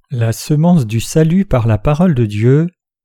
La semence du salut par la parole de Dieu.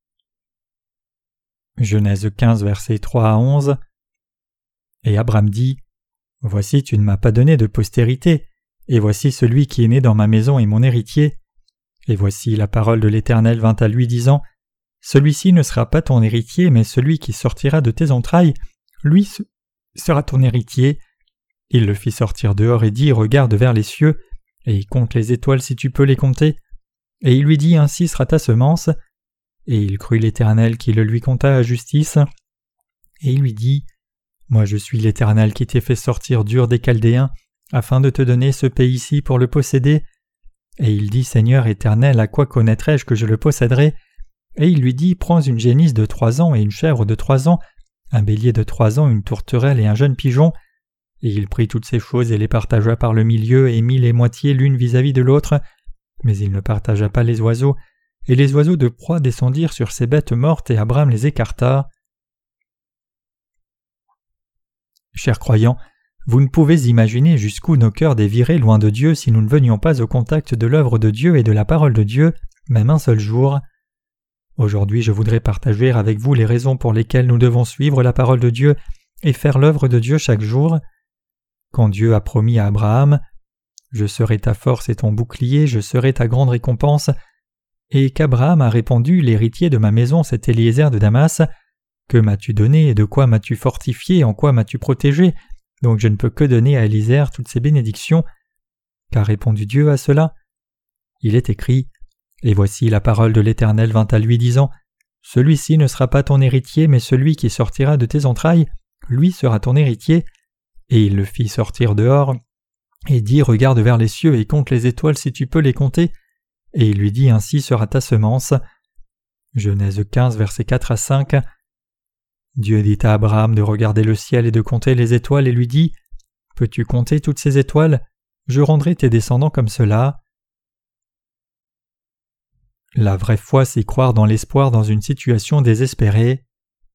Genèse 15, versets 3 à 11. Et Abraham dit : Voici, tu ne m'as pas donné de postérité, et voici celui qui est né dans ma maison est mon héritier. Et voici la parole de l'Éternel vint à lui disant : Celui-ci ne sera pas ton héritier, mais celui qui sortira de tes entrailles, lui sera ton héritier. Il le fit sortir dehors et dit : Regarde vers les cieux, et compte les étoiles si tu peux les compter. Et il lui dit : Ainsi sera ta semence. Et il crut l'Éternel qui le lui compta à justice. Et il lui dit : Moi je suis l'Éternel qui t'ai fait sortir d'Ur des Chaldéens, afin de te donner ce pays-ci pour le posséder. Et il dit : Seigneur Éternel, à quoi connaîtrai-je que je le posséderai ? Et il lui dit : Prends une génisse de 3 ans et une chèvre de 3 ans, un bélier de 3 ans, une tourterelle et un jeune pigeon. Et il prit toutes ces choses et les partagea par le milieu et mit les moitiés l'une vis-à-vis de l'autre. Mais il ne partagea pas les oiseaux, et les oiseaux de proie descendirent sur ces bêtes mortes et Abraham les écarta. Chers croyants, vous ne pouvez imaginer jusqu'où nos cœurs déviraient loin de Dieu si nous ne venions pas au contact de l'œuvre de Dieu et de la parole de Dieu, même un seul jour. Aujourd'hui, je voudrais partager avec vous les raisons pour lesquelles nous devons suivre la parole de Dieu et faire l'œuvre de Dieu chaque jour. Quand Dieu a promis à Abraham « Je serai ta force et ton bouclier, je serai ta grande récompense », et qu'Abraham a répondu « L'héritier de ma maison, c'est Éliézer de Damas. Que m'as-tu donné et de quoi m'as-tu fortifié, en quoi m'as-tu protégé ? Donc je ne peux que donner à Éliézer toutes ces bénédictions. » Qu'a répondu Dieu à cela ? Il est écrit « Et voici la parole de l'Éternel vint à lui disant : Celui-ci ne sera pas ton héritier, mais celui qui sortira de tes entrailles, lui sera ton héritier. Et il le fit sortir dehors, et dit : Regarde vers les cieux et compte les étoiles si tu peux les compter. Et il lui dit : Ainsi sera ta semence. Genèse 15, versets 4 à 5. Dieu dit à Abraham de regarder le ciel et de compter les étoiles et lui dit : Peux-tu compter toutes ces étoiles ? Je rendrai tes descendants comme cela. La vraie foi, c'est croire dans l'espoir dans une situation désespérée.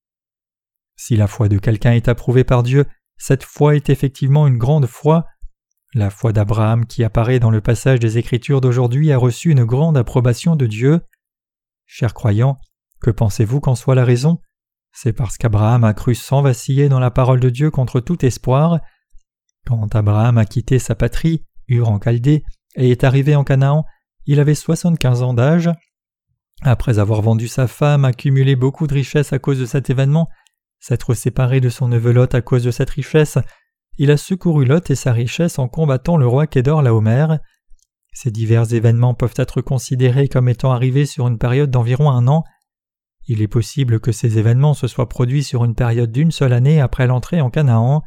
Si la foi de quelqu'un est approuvée par Dieu, cette foi est effectivement une grande foi. La foi d'Abraham qui apparaît dans le passage des Écritures d'aujourd'hui a reçu une grande approbation de Dieu. Chers croyants, que pensez-vous qu'en soit la raison ? C'est parce qu'Abraham a cru sans vaciller dans la parole de Dieu contre tout espoir. Quand Abraham a quitté sa patrie, Ur en Chaldée, et est arrivé en Canaan, il avait 75 ans d'âge. Après avoir vendu sa femme, accumulé beaucoup de richesses à cause de cet événement, s'être séparé de son neveu Lot à cause de cette richesse, il a secouru Lot et sa richesse en combattant le roi Kédor Laomer. Ces divers événements peuvent être considérés comme étant arrivés sur une période d'environ 1 an. Il est possible que ces événements se soient produits sur une période d'1 seule année après l'entrée en Canaan.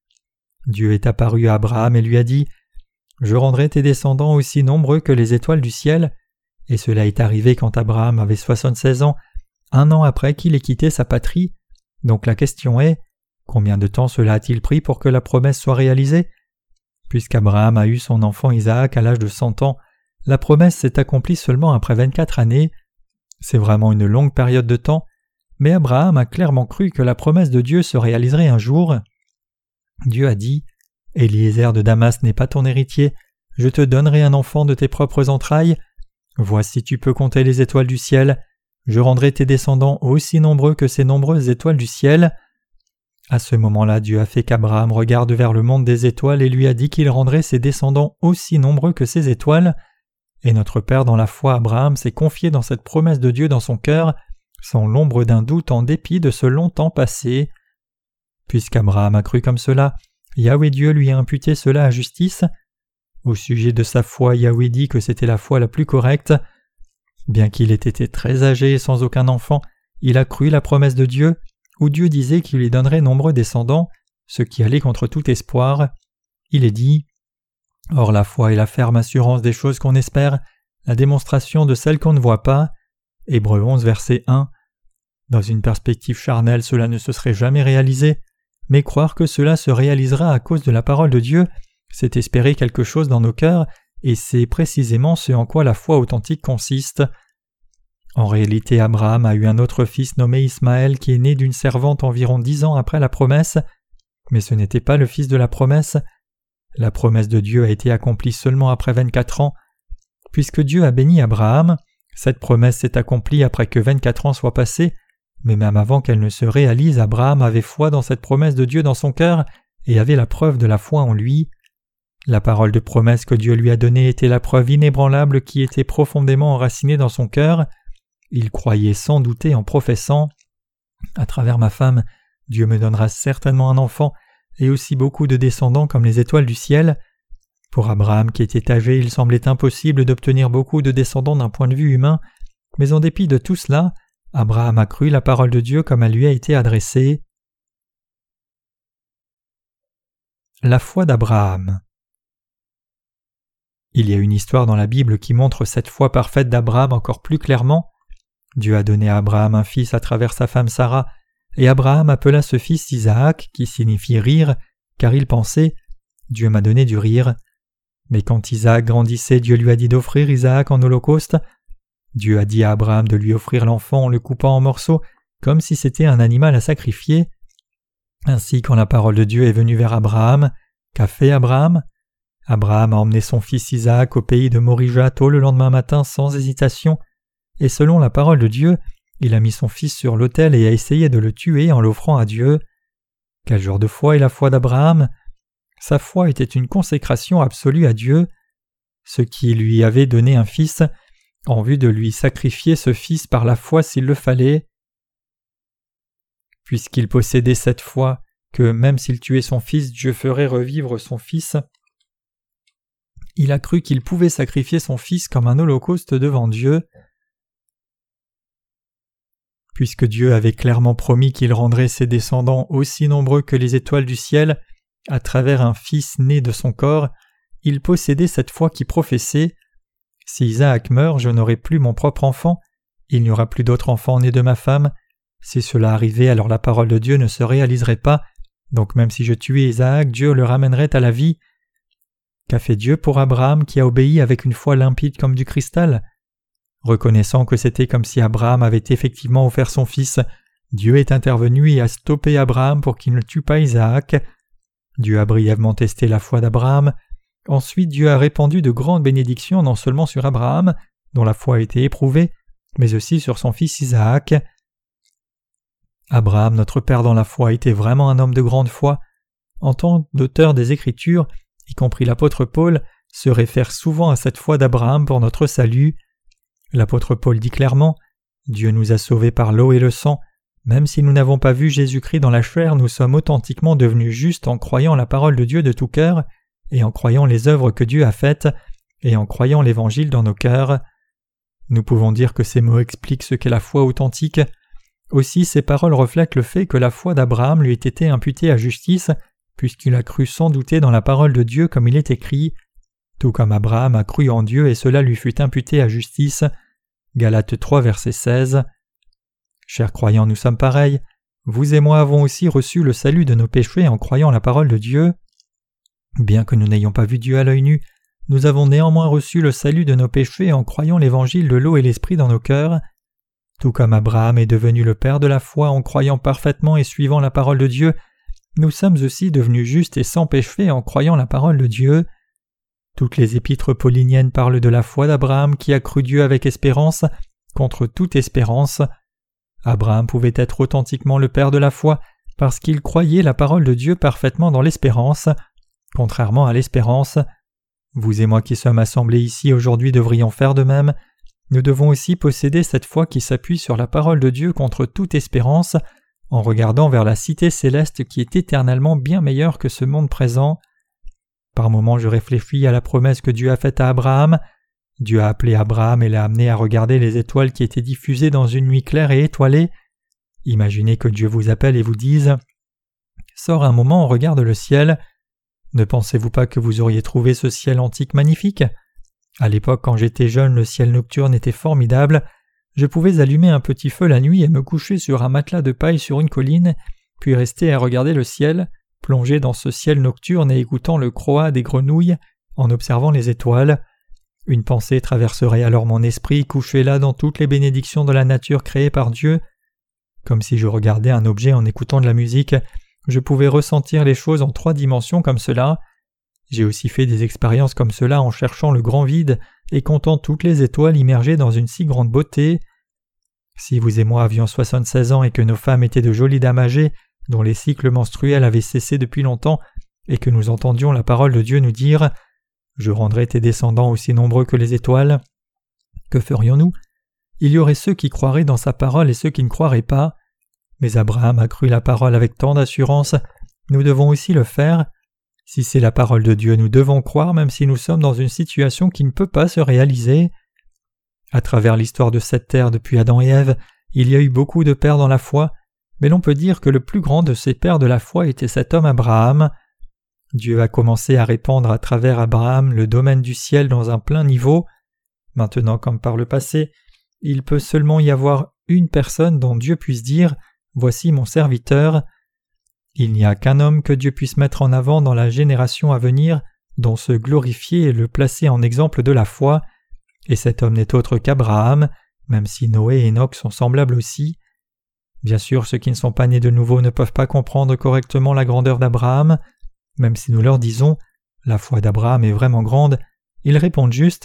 Dieu est apparu à Abraham et lui a dit : Je rendrai tes descendants aussi nombreux que les étoiles du ciel. Et cela est arrivé quand Abraham avait 76 ans, 1 an après qu'il ait quitté sa patrie. Donc la question est : combien de temps cela a-t-il pris pour que la promesse soit réalisée ? Puisqu'Abraham a eu son enfant Isaac à l'âge de 100 ans, la promesse s'est accomplie seulement après 24 années. C'est vraiment une longue période de temps, mais Abraham a clairement cru que la promesse de Dieu se réaliserait un jour. Dieu a dit : Éliézer de Damas n'est pas ton héritier, je te donnerai un enfant de tes propres entrailles. Voici tu peux compter les étoiles du ciel, je rendrai tes descendants aussi nombreux que ces nombreuses étoiles du ciel. À ce moment-là, Dieu a fait qu'Abraham regarde vers le monde des étoiles et lui a dit qu'il rendrait ses descendants aussi nombreux que ces étoiles. Et notre Père dans la foi, Abraham, s'est confié dans cette promesse de Dieu dans son cœur, sans l'ombre d'un doute en dépit de ce long temps passé. Puisqu'Abraham a cru comme cela, Yahweh Dieu lui a imputé cela à justice. Au sujet de sa foi, Yahweh dit que c'était la foi la plus correcte. Bien qu'il ait été très âgé et sans aucun enfant, il a cru la promesse de Dieu, où Dieu disait qu'il lui donnerait nombreux descendants, ce qui allait contre tout espoir. Il est dit : Or la foi est la ferme assurance des choses qu'on espère, la démonstration de celles qu'on ne voit pas. Hébreux 11, verset 1. Dans une perspective charnelle, cela ne se serait jamais réalisé, mais croire que cela se réalisera à cause de la parole de Dieu, c'est espérer quelque chose dans nos cœurs, et c'est précisément ce en quoi la foi authentique consiste. En réalité, Abraham a eu un autre fils nommé Ismaël qui est né d'une servante environ 10 ans après la promesse, mais ce n'était pas le fils de la promesse. La promesse de Dieu a été accomplie seulement après 24 ans. Puisque Dieu a béni Abraham, cette promesse s'est accomplie après que 24 ans soient passés, mais même avant qu'elle ne se réalise, Abraham avait foi dans cette promesse de Dieu dans son cœur et avait la preuve de la foi en lui. La parole de promesse que Dieu lui a donnée était la preuve inébranlable qui était profondément enracinée dans son cœur. Il croyait sans douter en professant « À travers ma femme, Dieu me donnera certainement un enfant et aussi beaucoup de descendants comme les étoiles du ciel. » Pour Abraham qui était âgé, il semblait impossible d'obtenir beaucoup de descendants d'un point de vue humain, mais en dépit de tout cela, Abraham a cru la parole de Dieu comme elle lui a été adressée. La foi d'Abraham. Il y a une histoire dans la Bible qui montre cette foi parfaite d'Abraham encore plus clairement. Dieu a donné à Abraham un fils à travers sa femme Sarah, et Abraham appela ce fils Isaac, qui signifie rire, car il pensait « Dieu m'a donné du rire ». Mais quand Isaac grandissait, Dieu lui a dit d'offrir Isaac en holocauste. Dieu a dit à Abraham de lui offrir l'enfant en le coupant en morceaux, comme si c'était un animal à sacrifier. Ainsi, quand la parole de Dieu est venue vers Abraham, qu'a fait Abraham ? Abraham a emmené son fils Isaac au pays de Morija tôt le lendemain matin sans hésitation, et selon la parole de Dieu, il a mis son fils sur l'autel et a essayé de le tuer en l'offrant à Dieu. Quel genre de foi est la foi d'Abraham ? Sa foi était une consécration absolue à Dieu. Ce qui lui avait donné un fils, en vue de lui sacrifier ce fils par la foi s'il le fallait. Puisqu'il possédait cette foi que même s'il tuait son fils, Dieu ferait revivre son fils, il a cru qu'il pouvait sacrifier son fils comme un holocauste devant Dieu. Puisque Dieu avait clairement promis qu'il rendrait ses descendants aussi nombreux que les étoiles du ciel, à travers un fils né de son corps, il possédait cette foi qui professait « Si Isaac meurt, je n'aurai plus mon propre enfant, il n'y aura plus d'autre enfant né de ma femme. Si cela arrivait, alors la parole de Dieu ne se réaliserait pas, donc même si je tuais Isaac, Dieu le ramènerait à la vie. » Qu'a fait Dieu pour Abraham qui a obéi avec une foi limpide comme du cristal ? Reconnaissant que c'était comme si Abraham avait effectivement offert son fils, Dieu est intervenu et a stoppé Abraham pour qu'il ne tue pas Isaac. Dieu a brièvement testé la foi d'Abraham. Ensuite, Dieu a répandu de grandes bénédictions non seulement sur Abraham, dont la foi a été éprouvée, mais aussi sur son fils Isaac. Abraham, notre père dans la foi, était vraiment un homme de grande foi. En tant d'auteur des Écritures, y compris l'apôtre Paul, se réfère souvent à cette foi d'Abraham pour notre salut. L'apôtre Paul dit clairement « Dieu nous a sauvés par l'eau et le sang. Même si nous n'avons pas vu Jésus-Christ dans la chair, nous sommes authentiquement devenus justes en croyant la parole de Dieu de tout cœur, et en croyant les œuvres que Dieu a faites, et en croyant l'Évangile dans nos cœurs. » Nous pouvons dire que ces mots expliquent ce qu'est la foi authentique. Aussi, ces paroles reflètent le fait que la foi d'Abraham lui ait été imputée à justice, puisqu'il a cru sans douter dans la parole de Dieu comme il est écrit, tout comme Abraham a cru en Dieu et cela lui fut imputé à justice. Galates 3, verset 16. Chers croyants, nous sommes pareils. Vous et moi avons aussi reçu le salut de nos péchés en croyant la parole de Dieu. Bien que nous n'ayons pas vu Dieu à l'œil nu, nous avons néanmoins reçu le salut de nos péchés en croyant l'évangile de l'eau et l'esprit dans nos cœurs. Tout comme Abraham est devenu le père de la foi en croyant parfaitement et suivant la parole de Dieu, nous sommes aussi devenus justes et sans péché en croyant la parole de Dieu. Toutes les épîtres pauliniennes parlent de la foi d'Abraham qui a cru Dieu avec espérance, contre toute espérance. Abraham pouvait être authentiquement le père de la foi parce qu'il croyait la parole de Dieu parfaitement dans l'espérance, contrairement à l'espérance. Vous et moi qui sommes assemblés ici aujourd'hui devrions faire de même. Nous devons aussi posséder cette foi qui s'appuie sur la parole de Dieu contre toute espérance, en regardant vers la cité céleste qui est éternellement bien meilleure que ce monde présent. Par moments je réfléchis à la promesse que Dieu a faite à Abraham. Dieu a appelé Abraham et l'a amené à regarder les étoiles qui étaient diffusées dans une nuit claire et étoilée. Imaginez que Dieu vous appelle et vous dise « Sors un moment, regarde le ciel ». Ne pensez-vous pas que vous auriez trouvé ce ciel antique magnifique ? À l'époque, quand j'étais jeune, le ciel nocturne était formidable. Je pouvais allumer un petit feu la nuit et me coucher sur un matelas de paille sur une colline, puis rester à regarder le ciel, plonger dans ce ciel nocturne et écoutant le croa des grenouilles, en observant les étoiles. Une pensée traverserait alors mon esprit, couché là dans toutes les bénédictions de la nature créée par Dieu. Comme si je regardais un objet en écoutant de la musique, je pouvais ressentir les choses en 3 dimensions comme cela. J'ai aussi fait des expériences comme cela en cherchant le grand vide et comptant toutes les étoiles immergées dans une si grande beauté. Si vous et moi avions 76 ans et que nos femmes étaient de jolies dames âgées, dont les cycles menstruels avaient cessé depuis longtemps, et que nous entendions la parole de Dieu nous dire « Je rendrai tes descendants aussi nombreux que les étoiles », que ferions-nous ? Il y aurait ceux qui croiraient dans sa parole et ceux qui ne croiraient pas. Mais Abraham a cru la parole avec tant d'assurance, nous devons aussi le faire. Si c'est la parole de Dieu, nous devons croire même si nous sommes dans une situation qui ne peut pas se réaliser. À travers l'histoire de cette terre depuis Adam et Ève, il y a eu beaucoup de pères dans la foi, mais l'on peut dire que le plus grand de ces pères de la foi était cet homme Abraham. Dieu a commencé à répandre à travers Abraham le domaine du ciel dans un plein niveau. Maintenant, comme par le passé, il peut seulement y avoir une personne dont Dieu puisse dire « Voici mon serviteur ». Il n'y a qu'un homme que Dieu puisse mettre en avant dans la génération à venir, dont se glorifier et le placer en exemple de la foi, et cet homme n'est autre qu'Abraham, même si Noé et Enoch sont semblables aussi. Bien sûr, ceux qui ne sont pas nés de nouveau ne peuvent pas comprendre correctement la grandeur d'Abraham. Même si nous leur disons « La foi d'Abraham est vraiment grande », ils répondent juste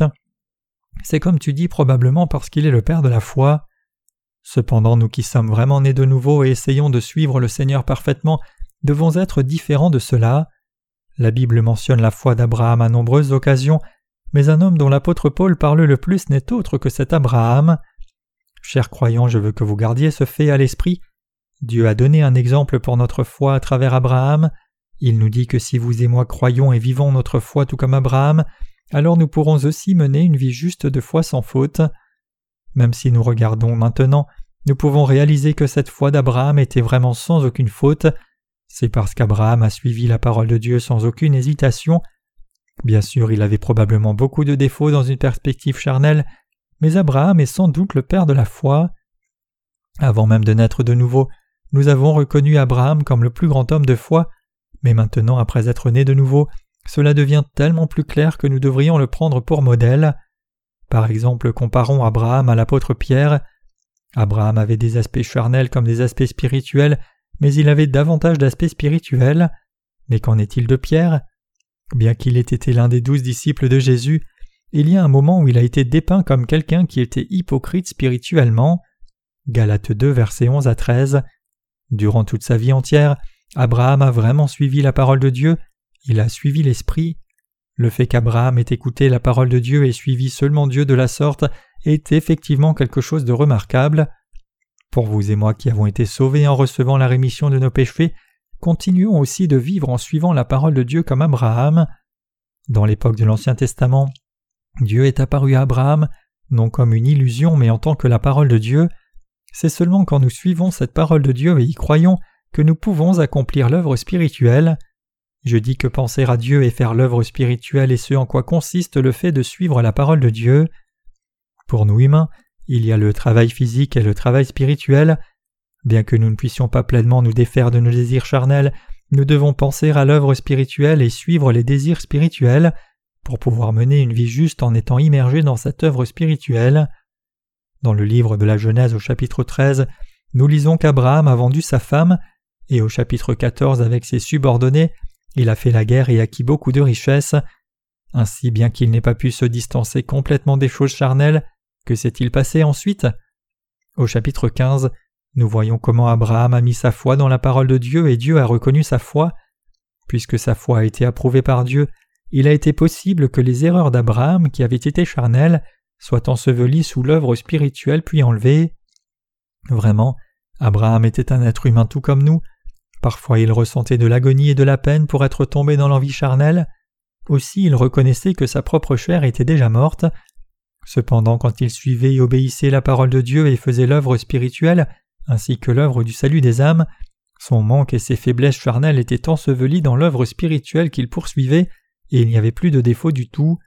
« C'est comme tu dis probablement parce qu'il est le père de la foi ». Cependant, nous qui sommes vraiment nés de nouveau et essayons de suivre le Seigneur parfaitement, devons être différents de cela. La Bible mentionne la foi d'Abraham à nombreuses occasions, mais un homme dont l'apôtre Paul parle le plus n'est autre que cet Abraham. Chers croyants, je veux que vous gardiez ce fait à l'esprit. Dieu a donné un exemple pour notre foi à travers Abraham. Il nous dit que si vous et moi croyons et vivons notre foi tout comme Abraham, alors nous pourrons aussi mener une vie juste de foi sans faute. Même si nous regardons maintenant, nous pouvons réaliser que cette foi d'Abraham était vraiment sans aucune faute. C'est parce qu'Abraham a suivi la parole de Dieu sans aucune hésitation. Bien sûr, il avait probablement beaucoup de défauts dans une perspective charnelle, mais Abraham est sans doute le père de la foi. Avant même de naître de nouveau, nous avons reconnu Abraham comme le plus grand homme de foi, mais maintenant, après être né de nouveau, cela devient tellement plus clair que nous devrions le prendre pour modèle. Par exemple, comparons Abraham à l'apôtre Pierre. Abraham avait des aspects charnels comme des aspects spirituels, mais il avait davantage d'aspects spirituels. Mais qu'en est-il de Pierre ? Bien qu'il ait été l'un des 12 disciples de Jésus, il y a un moment où il a été dépeint comme quelqu'un qui était hypocrite spirituellement. Galates 2, versets 11 à 13. Durant toute sa vie entière, Abraham a vraiment suivi la parole de Dieu, il a suivi l'Esprit. Le fait qu'Abraham ait écouté la parole de Dieu et suivi seulement Dieu de la sorte est effectivement quelque chose de remarquable. Pour vous et moi qui avons été sauvés en recevant la rémission de nos péchés, continuons aussi de vivre en suivant la parole de Dieu comme Abraham. Dans l'époque de l'Ancien Testament, Dieu est apparu à Abraham, non comme une illusion mais en tant que la parole de Dieu. C'est seulement quand nous suivons cette parole de Dieu et y croyons que nous pouvons accomplir l'œuvre spirituelle. Je dis que penser à Dieu et faire l'œuvre spirituelle est ce en quoi consiste le fait de suivre la parole de Dieu. Pour nous humains, il y a le travail physique et le travail spirituel. Bien que nous ne puissions pas pleinement nous défaire de nos désirs charnels, nous devons penser à l'œuvre spirituelle et suivre les désirs spirituels pour pouvoir mener une vie juste en étant immergés dans cette œuvre spirituelle. Dans le livre de la Genèse au chapitre 13, nous lisons qu'Abraham a vendu sa femme, et au chapitre 14 avec ses subordonnés, il a fait la guerre et acquis beaucoup de richesses. Ainsi, bien qu'il n'ait pas pu se distancer complètement des choses charnelles, que s'est-il passé ensuite ? Au chapitre 15, nous voyons comment Abraham a mis sa foi dans la parole de Dieu et Dieu a reconnu sa foi. Puisque sa foi a été approuvée par Dieu, il a été possible que les erreurs d'Abraham, qui avaient été charnelles, soient ensevelies sous l'œuvre spirituelle puis enlevées. Vraiment, Abraham était un être humain tout comme nous. Parfois il ressentait de l'agonie et de la peine pour être tombé dans l'envie charnelle. Aussi il reconnaissait que sa propre chair était déjà morte. Cependant, quand il suivait et obéissait la parole de Dieu et faisait l'œuvre spirituelle, ainsi que l'œuvre du salut des âmes, son manque et ses faiblesses charnelles étaient ensevelis dans l'œuvre spirituelle qu'il poursuivait, et il n'y avait plus de défaut du tout.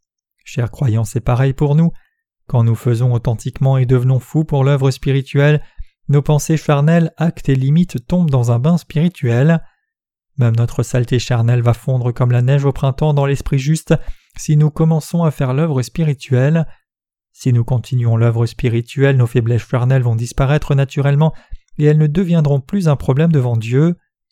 Chers croyants, c'est pareil pour nous. Quand nous faisons authentiquement et devenons fous pour l'œuvre spirituelle, nos pensées charnelles, actes et limites tombent dans un bain spirituel. Même notre saleté charnelle va fondre comme la neige au printemps dans l'esprit juste si nous commençons à faire l'œuvre spirituelle. Si nous continuons l'œuvre spirituelle, nos faiblesses charnelles vont disparaître naturellement et elles ne deviendront plus un problème devant Dieu.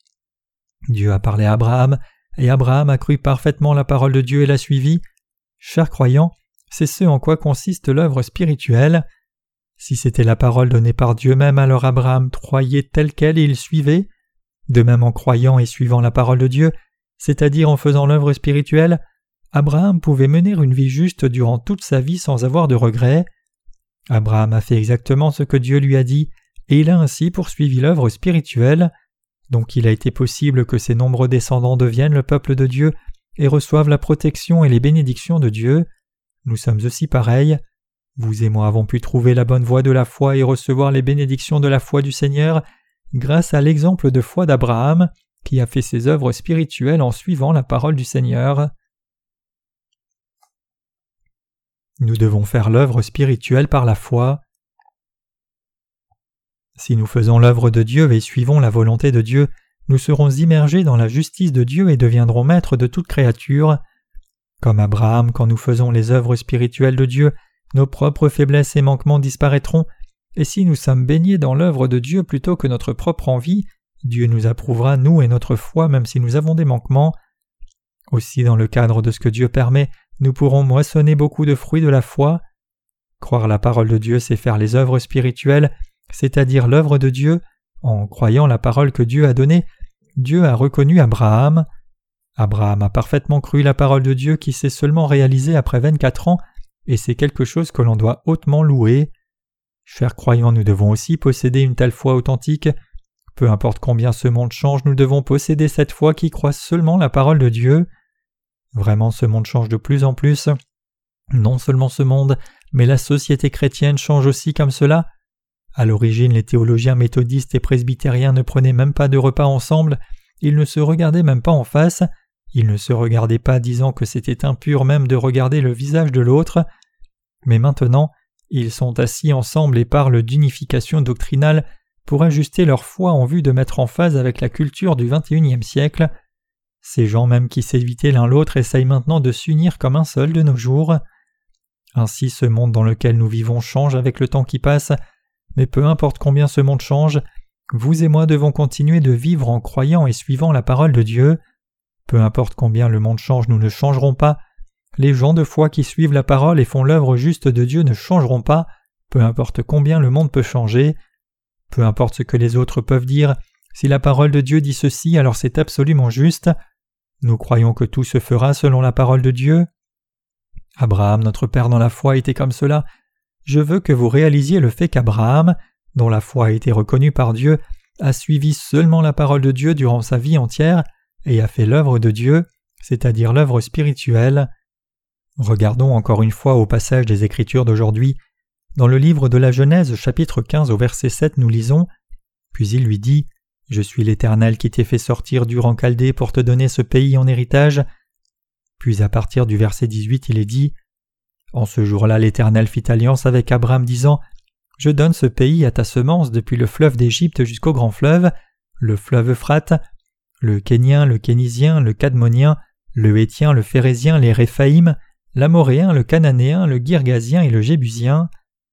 Dieu a parlé à Abraham, et Abraham a cru parfaitement la parole de Dieu et l'a suivie. Chers croyants, c'est ce en quoi consiste l'œuvre spirituelle. Si c'était la parole donnée par Dieu même, alors Abraham croyait telle qu'elle et il suivait. De même en croyant et suivant la parole de Dieu, c'est-à-dire en faisant l'œuvre spirituelle, Abraham pouvait mener une vie juste durant toute sa vie sans avoir de regrets. Abraham a fait exactement ce que Dieu lui a dit, et il a ainsi poursuivi l'œuvre spirituelle. Donc il a été possible que ses nombreux descendants deviennent le peuple de Dieu et reçoivent la protection et les bénédictions de Dieu. Nous sommes aussi pareils. Vous et moi avons pu trouver la bonne voie de la foi et recevoir les bénédictions de la foi du Seigneur grâce à l'exemple de foi d'Abraham qui a fait ses œuvres spirituelles en suivant la parole du Seigneur. Nous devons faire l'œuvre spirituelle par la foi. Si nous faisons l'œuvre de Dieu et suivons la volonté de Dieu, nous serons immergés dans la justice de Dieu et deviendrons maîtres de toute créature. Comme Abraham, quand nous faisons les œuvres spirituelles de Dieu, nos propres faiblesses et manquements disparaîtront, et si nous sommes baignés dans l'œuvre de Dieu plutôt que notre propre envie, Dieu nous approuvera, nous et notre foi, même si nous avons des manquements. Aussi, dans le cadre de ce que Dieu permet, nous pourrons moissonner beaucoup de fruits de la foi. Croire la parole de Dieu, c'est faire les œuvres spirituelles, c'est-à-dire l'œuvre de Dieu. En croyant la parole que Dieu a donnée, Dieu a reconnu Abraham. Abraham a parfaitement cru la parole de Dieu qui s'est seulement réalisée après 24 ans, et c'est quelque chose que l'on doit hautement louer. Chers croyants, nous devons aussi posséder une telle foi authentique. Peu importe combien ce monde change, nous devons posséder cette foi qui croit seulement la parole de Dieu. Vraiment, ce monde change de plus en plus. Non seulement ce monde, mais la société chrétienne change aussi comme cela. À l'origine, les théologiens méthodistes et presbytériens ne prenaient même pas de repas ensemble, ils ne se regardaient même pas en face, ils ne se regardaient pas disant que c'était impur même de regarder le visage de l'autre. Mais maintenant, ils sont assis ensemble et parlent d'unification doctrinale pour ajuster leur foi en vue de mettre en phase avec la culture du XXIe siècle. Ces gens même qui s'évitaient l'un l'autre essayent maintenant de s'unir comme un seul de nos jours. Ainsi, ce monde dans lequel nous vivons change avec le temps qui passe, mais peu importe combien ce monde change, vous et moi devons continuer de vivre en croyant et suivant la parole de Dieu. Peu importe combien le monde change, nous ne changerons pas. Les gens de foi qui suivent la parole et font l'œuvre juste de Dieu ne changeront pas, peu importe combien le monde peut changer. Peu importe ce que les autres peuvent dire, si la parole de Dieu dit ceci, alors c'est absolument juste. Nous croyons que tout se fera selon la parole de Dieu. Abraham, notre père dans la foi, était comme cela. Je veux que vous réalisiez le fait qu'Abraham, dont la foi a été reconnue par Dieu, a suivi seulement la parole de Dieu durant sa vie entière et a fait l'œuvre de Dieu, c'est-à-dire l'œuvre spirituelle. Regardons encore une fois au passage des Écritures d'aujourd'hui. Dans le livre de la Genèse, chapitre 15 au verset 7, nous lisons « Puis il lui dit, je suis l'Éternel qui t'ai fait sortir d'Ur en Chaldée pour te donner ce pays en héritage. » Puis à partir du verset 18, il est dit « En ce jour-là, l'Éternel fit alliance avec Abraham, disant, je donne ce pays à ta semence depuis le fleuve d'Égypte jusqu'au grand fleuve, le fleuve Euphrate, le Kénien, le Kénisien, le Cadmonien, le Héthien, le Phérézien, les Réphaïm, l'Amoréen, le Cananéen, le Girgasien et le Jébusien. »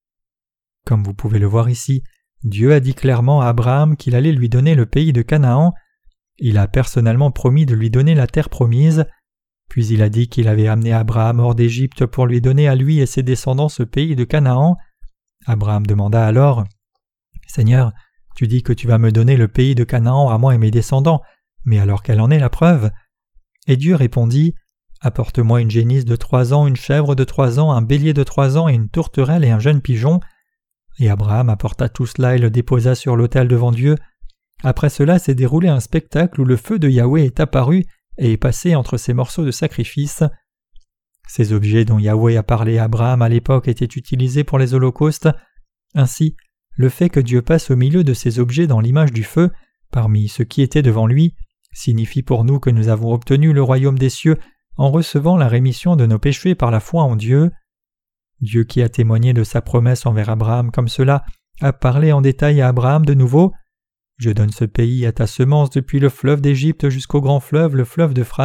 Comme vous pouvez le voir ici, Dieu a dit clairement à Abraham qu'il allait lui donner le pays de Canaan. Il a personnellement promis de lui donner la terre promise. Puis il a dit qu'il avait amené Abraham hors d'Égypte pour lui donner à lui et ses descendants ce pays de Canaan. Abraham demanda alors « Seigneur, tu dis que tu vas me donner le pays de Canaan à moi et mes descendants, mais alors quelle en est la preuve ?» Et Dieu répondit « Apporte-moi une génisse de 3 ans, une chèvre de 3 ans, un bélier de 3 ans et une tourterelle et un jeune pigeon. » Et Abraham apporta tout cela et le déposa sur l'autel devant Dieu. Après cela s'est déroulé un spectacle où le feu de Yahweh est apparu et est passé entre ces morceaux de sacrifice. Ces objets dont Yahweh a parlé à Abraham à l'époque étaient utilisés pour les holocaustes. Ainsi, le fait que Dieu passe au milieu de ces objets dans l'image du feu, parmi ceux qui étaient devant lui, signifie pour nous que nous avons obtenu le royaume des cieux en recevant la rémission de nos péchés par la foi en Dieu. Dieu qui a témoigné de sa promesse envers Abraham comme cela, a parlé en détail à Abraham de nouveau. « Je donne ce pays à ta semence depuis le fleuve d'Égypte jusqu'au grand fleuve, le fleuve d'Euphrate. »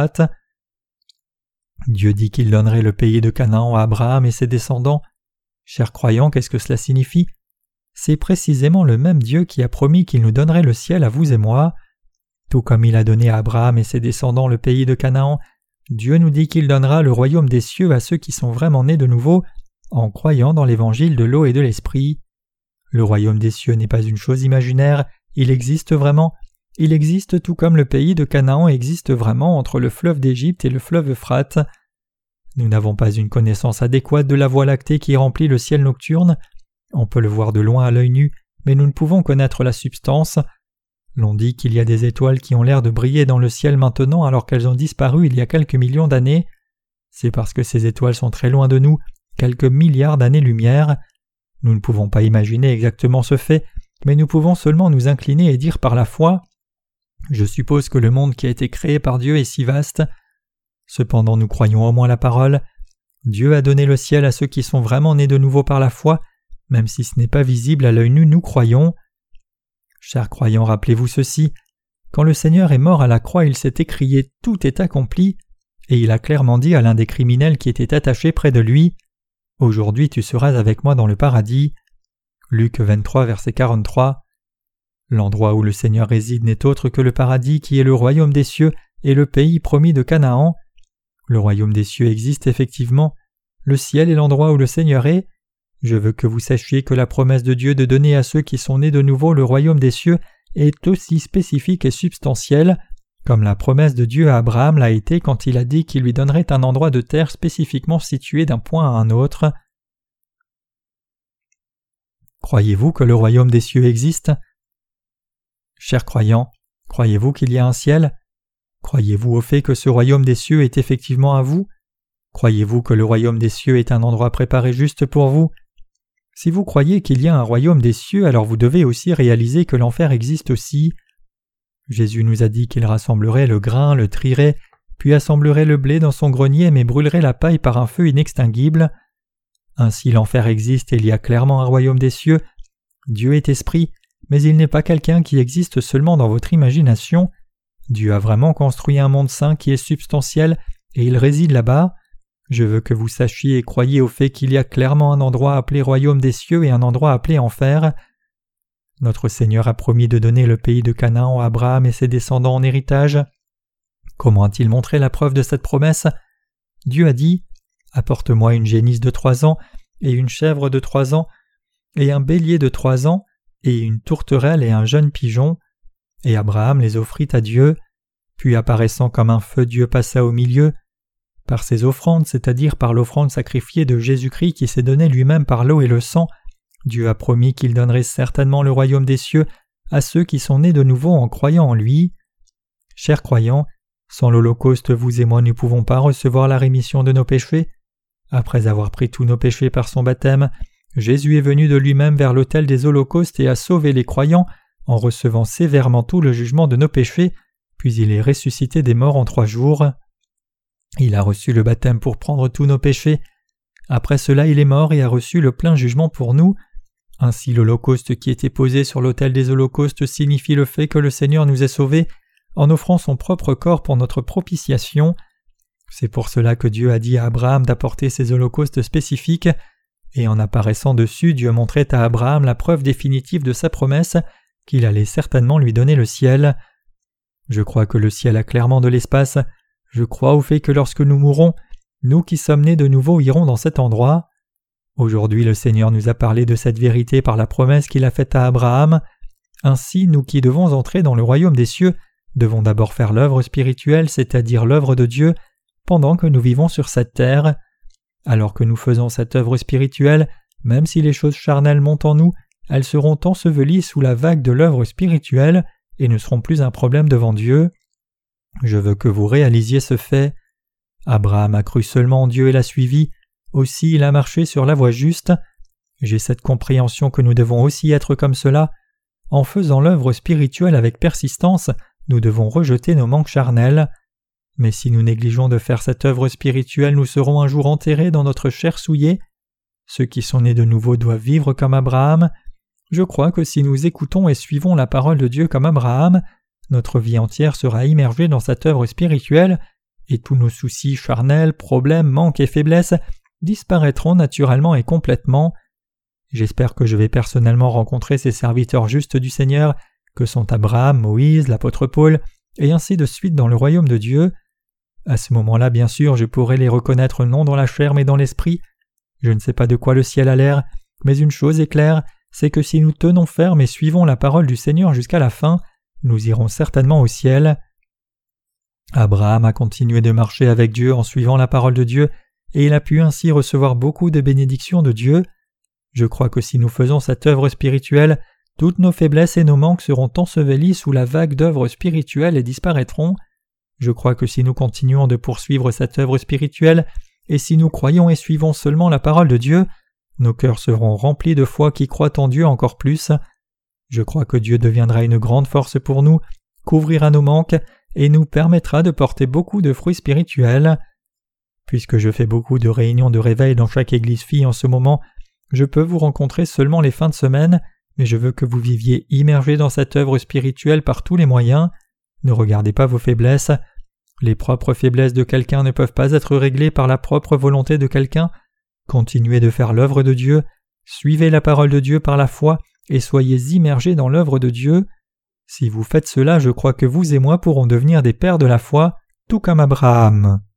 Dieu dit qu'il donnerait le pays de Canaan à Abraham et ses descendants. Chers croyants, qu'est-ce que cela signifie ? C'est précisément le même Dieu qui a promis qu'il nous donnerait le ciel à vous et moi. Tout comme il a donné à Abraham et ses descendants le pays de Canaan, Dieu nous dit qu'il donnera le royaume des cieux à ceux qui sont vraiment nés de nouveau en croyant dans l'évangile de l'eau et de l'esprit. Le royaume des cieux n'est pas une chose imaginaire, il existe vraiment. Il existe tout comme le pays de Canaan existe vraiment entre le fleuve d'Égypte et le fleuve Euphrate. Nous n'avons pas une connaissance adéquate de la Voie lactée qui remplit le ciel nocturne. On peut le voir de loin à l'œil nu, mais nous ne pouvons connaître la substance. L'on dit qu'il y a des étoiles qui ont l'air de briller dans le ciel maintenant alors qu'elles ont disparu il y a quelques millions d'années. C'est parce que ces étoiles sont très loin de nous, quelques milliards d'années-lumière. Nous ne pouvons pas imaginer exactement ce fait, mais nous pouvons seulement nous incliner et dire par la foi « Je suppose que le monde qui a été créé par Dieu est si vaste. » Cependant nous croyons au moins la parole. Dieu a donné le ciel à ceux qui sont vraiment nés de nouveau par la foi, même si ce n'est pas visible à l'œil nu, nous croyons. Chers croyants, rappelez-vous ceci. Quand le Seigneur est mort à la croix, il s'est écrié « Tout est accompli » et il a clairement dit à l'un des criminels qui était attaché près de lui « Aujourd'hui tu seras avec moi dans le paradis » Luc 23, verset 43. L'endroit où le Seigneur réside n'est autre que le paradis qui est le royaume des cieux et le pays promis de Canaan. Le royaume des cieux existe effectivement. Le ciel est l'endroit où le Seigneur est. Je veux que vous sachiez que la promesse de Dieu de donner à ceux qui sont nés de nouveau le royaume des cieux est aussi spécifique et substantielle, comme la promesse de Dieu à Abraham l'a été quand il a dit qu'il lui donnerait un endroit de terre spécifiquement situé d'un point à un autre. Croyez-vous que le royaume des cieux existe? Chers croyants, croyez-vous qu'il y a un ciel? Croyez-vous au fait que ce royaume des cieux est effectivement à vous? Croyez-vous que le royaume des cieux est un endroit préparé juste pour vous? Si vous croyez qu'il y a un royaume des cieux, alors vous devez aussi réaliser que l'enfer existe aussi. Jésus nous a dit qu'il rassemblerait le grain, le trierait, puis assemblerait le blé dans son grenier mais brûlerait la paille par un feu inextinguible. Ainsi l'enfer existe et il y a clairement un royaume des cieux. Dieu est esprit, mais il n'est pas quelqu'un qui existe seulement dans votre imagination. Dieu a vraiment construit un monde saint qui est substantiel et il réside là-bas. Je veux que vous sachiez et croyiez au fait qu'il y a clairement un endroit appelé royaume des cieux et un endroit appelé enfer. Notre Seigneur a promis de donner le pays de Canaan à Abraham et ses descendants en héritage. Comment a-t-il montré la preuve de cette promesse? Dieu a dit « Apporte-moi une génisse de 3 ans, et une chèvre de 3 ans, et un bélier de 3 ans, et une tourterelle et un jeune pigeon. » Et Abraham les offrit à Dieu. Puis apparaissant comme un feu, Dieu passa au milieu. Par ses offrandes, c'est-à-dire par l'offrande sacrifiée de Jésus-Christ qui s'est donné lui-même par l'eau et le sang, Dieu a promis qu'il donnerait certainement le royaume des cieux à ceux qui sont nés de nouveau en croyant en lui. Chers croyants, sans l'Holocauste, vous et moi ne pouvons pas recevoir la rémission de nos péchés. Après avoir pris tous nos péchés par son baptême, Jésus est venu de lui-même vers l'autel des holocaustes et a sauvé les croyants en recevant sévèrement tout le jugement de nos péchés, puis il est ressuscité des morts en 3 jours. Il a reçu le baptême pour prendre tous nos péchés. Après cela, il est mort et a reçu le plein jugement pour nous. Ainsi, l'holocauste qui était posé sur l'autel des holocaustes signifie le fait que le Seigneur nous ait sauvés en offrant son propre corps pour notre propitiation. C'est pour cela que Dieu a dit à Abraham d'apporter ces holocaustes spécifiques, et en apparaissant dessus, Dieu montrait à Abraham la preuve définitive de sa promesse qu'il allait certainement lui donner le ciel. Je crois que le ciel a clairement de l'espace. Je crois au fait que lorsque nous mourrons, nous qui sommes nés de nouveau irons dans cet endroit. Aujourd'hui, le Seigneur nous a parlé de cette vérité par la promesse qu'il a faite à Abraham. Ainsi, nous qui devons entrer dans le royaume des cieux, devons d'abord faire l'œuvre spirituelle, c'est-à-dire l'œuvre de Dieu, pendant que nous vivons sur cette terre. Alors que nous faisons cette œuvre spirituelle, même si les choses charnelles montent en nous, elles seront ensevelies sous la vague de l'œuvre spirituelle et ne seront plus un problème devant Dieu. Je veux que vous réalisiez ce fait. Abraham a cru seulement en Dieu et l'a suivi, aussi il a marché sur la voie juste. J'ai cette compréhension que nous devons aussi être comme cela. En faisant l'œuvre spirituelle avec persistance, nous devons rejeter nos manques charnels. Mais si nous négligeons de faire cette œuvre spirituelle, nous serons un jour enterrés dans notre chair souillée. Ceux qui sont nés de nouveau doivent vivre comme Abraham. Je crois que si nous écoutons et suivons la parole de Dieu comme Abraham, notre vie entière sera immergée dans cette œuvre spirituelle, et tous nos soucis charnels, problèmes, manques et faiblesses disparaîtront naturellement et complètement. J'espère que je vais personnellement rencontrer ces serviteurs justes du Seigneur, que sont Abraham, Moïse, l'apôtre Paul, et ainsi de suite dans le royaume de Dieu. À ce moment-là, bien sûr, je pourrai les reconnaître non dans la chair mais dans l'esprit. Je ne sais pas de quoi le ciel a l'air, mais une chose est claire, c'est que si nous tenons ferme et suivons la parole du Seigneur jusqu'à la fin, nous irons certainement au ciel. Abraham a continué de marcher avec Dieu en suivant la parole de Dieu, et il a pu ainsi recevoir beaucoup de bénédictions de Dieu. Je crois que si nous faisons cette œuvre spirituelle, toutes nos faiblesses et nos manques seront ensevelis sous la vague d'œuvres spirituelles et disparaîtront. Je crois que si nous continuons de poursuivre cette œuvre spirituelle, et si nous croyons et suivons seulement la parole de Dieu, nos cœurs seront remplis de foi qui croient en Dieu encore plus. Je crois que Dieu deviendra une grande force pour nous, couvrira nos manques, et nous permettra de porter beaucoup de fruits spirituels. Puisque je fais beaucoup de réunions de réveil dans chaque église fille en ce moment, je peux vous rencontrer seulement les fins de semaine, mais je veux que vous viviez immergés dans cette œuvre spirituelle par tous les moyens. Ne regardez pas vos faiblesses. Les propres faiblesses de quelqu'un ne peuvent pas être réglées par la propre volonté de quelqu'un. Continuez de faire l'œuvre de Dieu, suivez la parole de Dieu par la foi et soyez immergés dans l'œuvre de Dieu. Si vous faites cela, je crois que vous et moi pourrons devenir des pères de la foi, tout comme Abraham.